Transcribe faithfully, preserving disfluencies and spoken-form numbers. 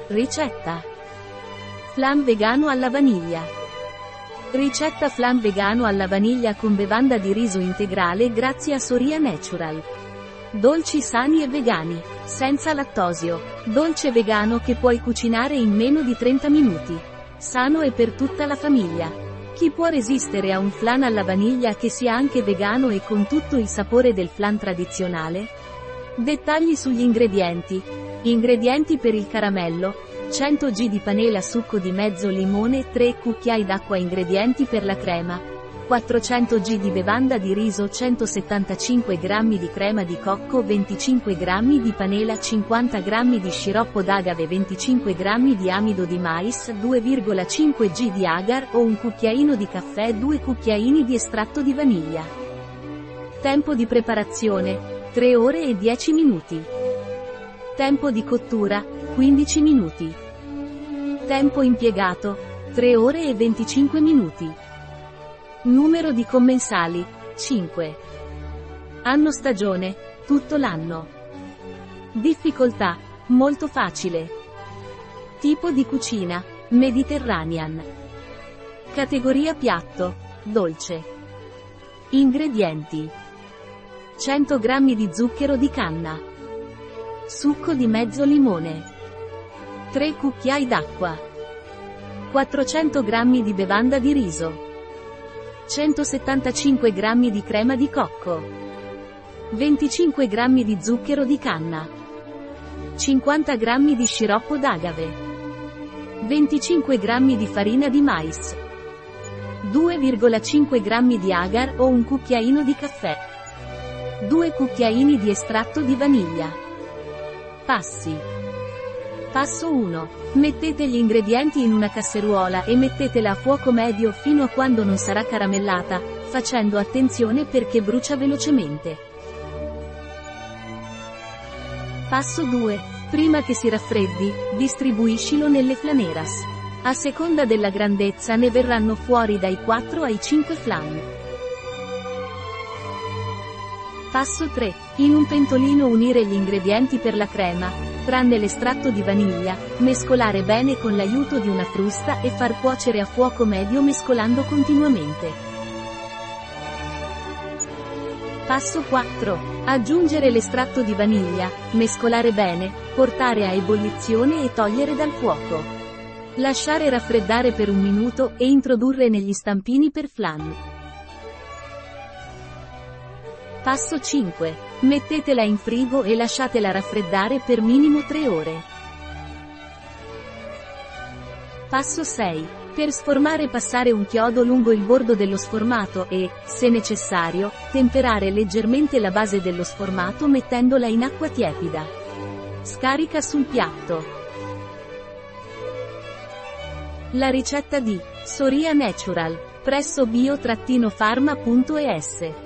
Ricetta: flan vegano alla vaniglia. Ricetta flan vegano alla vaniglia con bevanda di riso integrale grazie a Soria Natural. Dolci sani e vegani, senza lattosio. Dolce vegano che puoi cucinare in meno di trenta minuti. Sano e per tutta la famiglia. Chi può resistere a un flan alla vaniglia che sia anche vegano e con tutto il sapore del flan tradizionale? Dettagli sugli ingredienti. Ingredienti per il caramello: cento grammi di panela succo di mezzo limone, tre cucchiai d'acqua. Ingredienti per la crema: quattrocento grammi di bevanda di riso, centosettantacinque grammi di crema di cocco, venticinque grammi di panela, cinquanta grammi di sciroppo d'agave, venticinque grammi di amido di mais, due virgola cinque grammi di agar o un cucchiaino di caffè, due cucchiaini di estratto di vaniglia. Tempo di preparazione: tre ore e dieci minuti. Tempo di cottura: quindici minuti. Tempo impiegato: tre ore e venticinque minuti. Numero di commensali: cinque. Anno stagione: tutto l'anno. Difficoltà: molto facile. Tipo di cucina: Mediterranean. Categoria piatto: dolce. Ingredienti: cento grammi di zucchero di canna, succo di mezzo limone, tre cucchiai d'acqua, quattrocento grammi di bevanda di riso, centosettantacinque grammi di crema di cocco, venticinque grammi di zucchero di canna, cinquanta grammi di sciroppo d'agave, venticinque grammi di farina di mais, due virgola cinque grammi di agar o un cucchiaino di caffè, due cucchiaini di estratto di vaniglia. Passi. Passo uno. Mettete gli ingredienti in una casseruola e mettetela a fuoco medio fino a quando non sarà caramellata, facendo attenzione perché brucia velocemente. Passo due. Prima che si raffreddi, distribuiscilo nelle flaneras. A seconda della grandezza ne verranno fuori dai quattro ai cinque flan. Passo tre. In un pentolino unire gli ingredienti per la crema, tranne l'estratto di vaniglia, mescolare bene con l'aiuto di una frusta e far cuocere a fuoco medio mescolando continuamente. Passo quattro. Aggiungere l'estratto di vaniglia, mescolare bene, portare a ebollizione e togliere dal fuoco. Lasciare raffreddare per un minuto e introdurre negli stampini per flan. Passo cinque. Mettetela in frigo e lasciatela raffreddare per minimo tre ore. Passo sei. Per sformare passare un chiodo lungo il bordo dello sformato e, se necessario, temperare leggermente la base dello sformato mettendola in acqua tiepida. Scarica sul piatto. La ricetta di Soria Natural, presso bio-pharma punto es.